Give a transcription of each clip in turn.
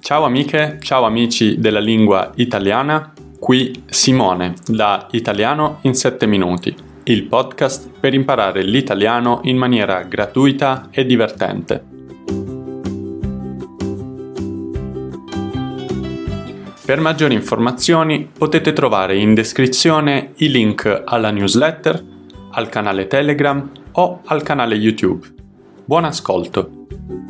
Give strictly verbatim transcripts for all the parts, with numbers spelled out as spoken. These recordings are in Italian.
Ciao amiche, ciao amici della lingua italiana, qui Simone da Italiano in sette minuti, il podcast per imparare l'italiano in maniera gratuita e divertente. Per maggiori informazioni potete trovare in descrizione i link alla newsletter, al canale Telegram o al canale YouTube. Buon ascolto!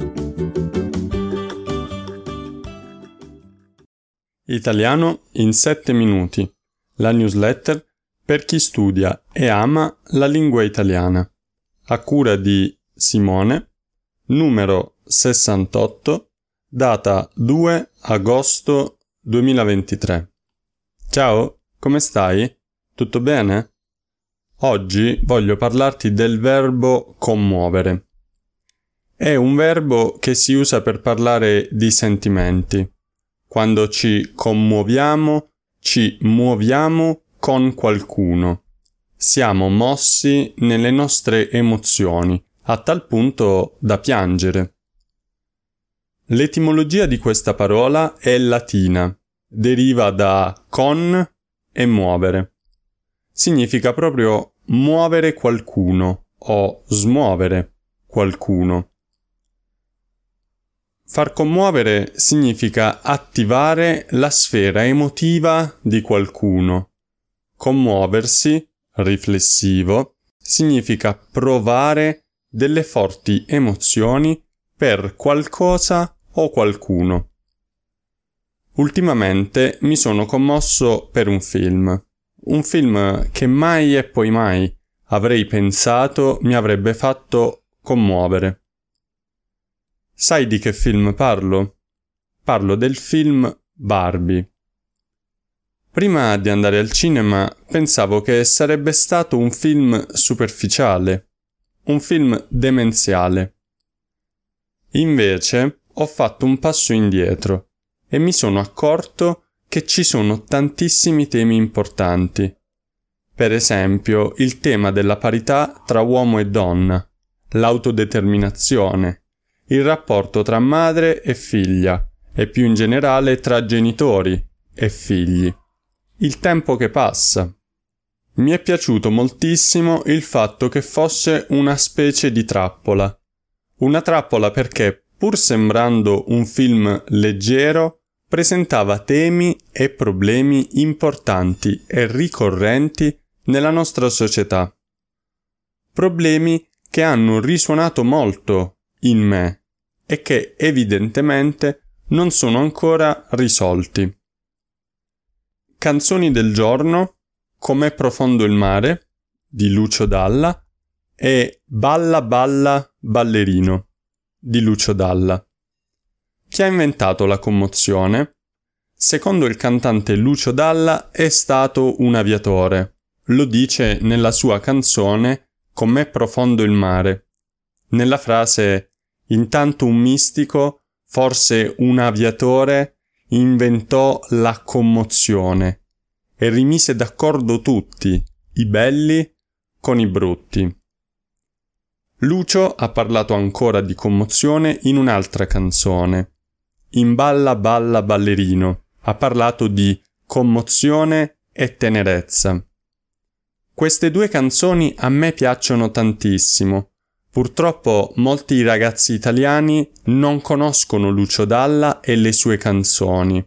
Italiano in sette minuti, la newsletter per chi studia e ama la lingua italiana, a cura di Simone, numero sessantotto, data due agosto duemilaventitré. Ciao, come stai? Tutto bene? Oggi voglio parlarti del verbo commuovere. È un verbo che si usa per parlare di sentimenti. Quando ci commuoviamo, ci muoviamo con qualcuno. Siamo mossi nelle nostre emozioni, a tal punto da piangere. L'etimologia di questa parola è latina, deriva da con e muovere. Significa proprio muovere qualcuno o smuovere qualcuno. Far commuovere significa attivare la sfera emotiva di qualcuno. Commuoversi, riflessivo, significa provare delle forti emozioni per qualcosa o qualcuno. Ultimamente mi sono commosso per un film. Un film che mai e poi mai avrei pensato mi avrebbe fatto commuovere. Sai di che film parlo? Parlo del film Barbie. Prima di andare al cinema pensavo che sarebbe stato un film superficiale, un film demenziale. Invece ho fatto un passo indietro e mi sono accorto che ci sono tantissimi temi importanti. Per esempio, il tema della parità tra uomo e donna, l'autodeterminazione, il rapporto tra madre e figlia e più in generale tra genitori e figli. Il tempo che passa. Mi è piaciuto moltissimo il fatto che fosse una specie di trappola. Una trappola perché, pur sembrando un film leggero, presentava temi e problemi importanti e ricorrenti nella nostra società. Problemi che hanno risuonato molto in me e che evidentemente non sono ancora risolti. Canzoni del giorno, Com'è profondo il mare, di Lucio Dalla, e Balla balla ballerino, di Lucio Dalla. Chi ha inventato la commozione? Secondo il cantante Lucio Dalla è stato un aviatore. Lo dice nella sua canzone Com'è profondo il mare. Nella frase intanto un mistico, forse un aviatore, inventò la commozione e rimise d'accordo tutti, i belli con i brutti. Lucio ha parlato ancora di commozione in un'altra canzone. In Balla balla ballerino ha parlato di commozione e tenerezza. Queste due canzoni a me piacciono tantissimo. Purtroppo molti ragazzi italiani non conoscono Lucio Dalla e le sue canzoni.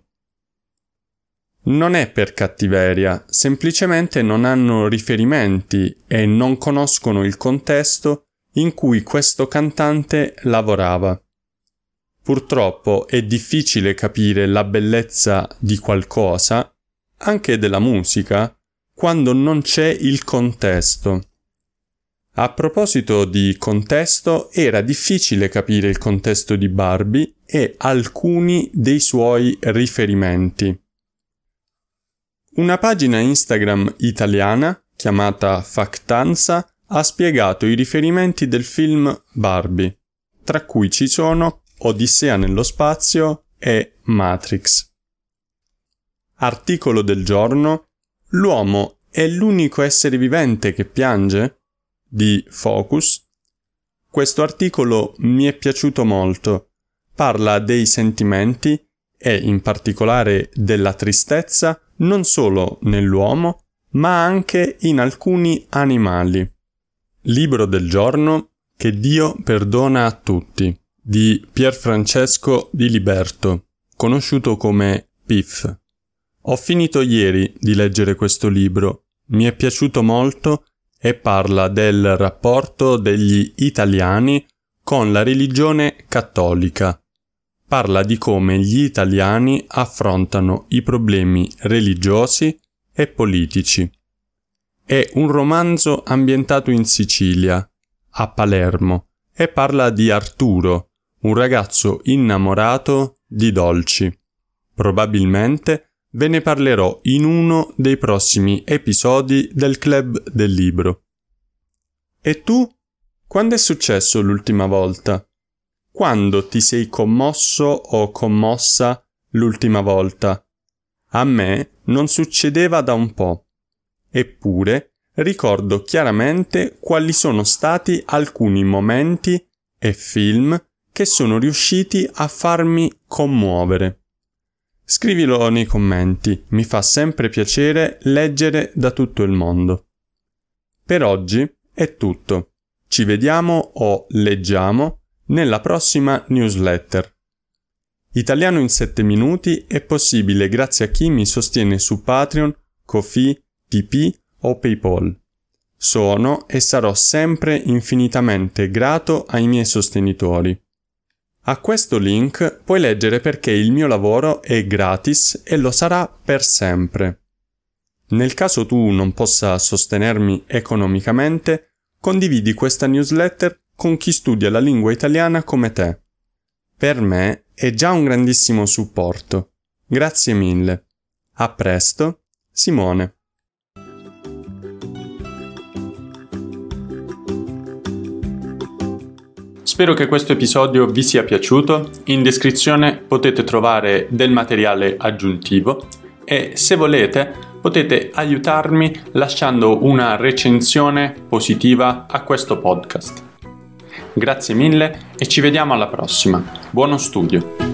Non è per cattiveria, semplicemente non hanno riferimenti e non conoscono il contesto in cui questo cantante lavorava. Purtroppo è difficile capire la bellezza di qualcosa, anche della musica, quando non c'è il contesto. A proposito di contesto, era difficile capire il contesto di Barbie e alcuni dei suoi riferimenti. Una pagina Instagram italiana, chiamata Factanza, ha spiegato i riferimenti del film Barbie, tra cui ci sono Odissea nello spazio e Matrix. Articolo del giorno: L'uomo è l'unico essere vivente che piange? Di Focus. Questo articolo mi è piaciuto molto. Parla dei sentimenti e in particolare della tristezza non solo nell'uomo, ma anche in alcuni animali. Libro del giorno: Che Dio perdona a tutti, di Pierfrancesco Di Liberto, conosciuto come Piff. Ho finito ieri di leggere questo libro, mi è piaciuto molto e parla del rapporto degli italiani con la religione cattolica. Parla di come gli italiani affrontano i problemi religiosi e politici. È un romanzo ambientato in Sicilia, a Palermo, e parla di Arturo, un ragazzo innamorato di dolci. Probabilmente ve ne parlerò in uno dei prossimi episodi del Club del Libro. E tu? Quando è successo l'ultima volta? Quando ti sei commosso o commossa l'ultima volta? A me non succedeva da un po'. Eppure ricordo chiaramente quali sono stati alcuni momenti e film che sono riusciti a farmi commuovere. Scrivilo nei commenti, mi fa sempre piacere leggere da tutto il mondo. Per oggi è tutto. Ci vediamo o leggiamo nella prossima newsletter. Italiano in sette minuti è possibile grazie a chi mi sostiene su Patreon, Ko-fi, Tipeee o PayPal. Sono e sarò sempre infinitamente grato ai miei sostenitori. A questo link puoi leggere perché il mio lavoro è gratis e lo sarà per sempre. Nel caso tu non possa sostenermi economicamente, condividi questa newsletter con chi studia la lingua italiana come te. Per me è già un grandissimo supporto. Grazie mille. A presto, Simone. Spero che questo episodio vi sia piaciuto. In descrizione potete trovare del materiale aggiuntivo e se volete potete aiutarmi lasciando una recensione positiva a questo podcast. Grazie mille e ci vediamo alla prossima. Buono studio!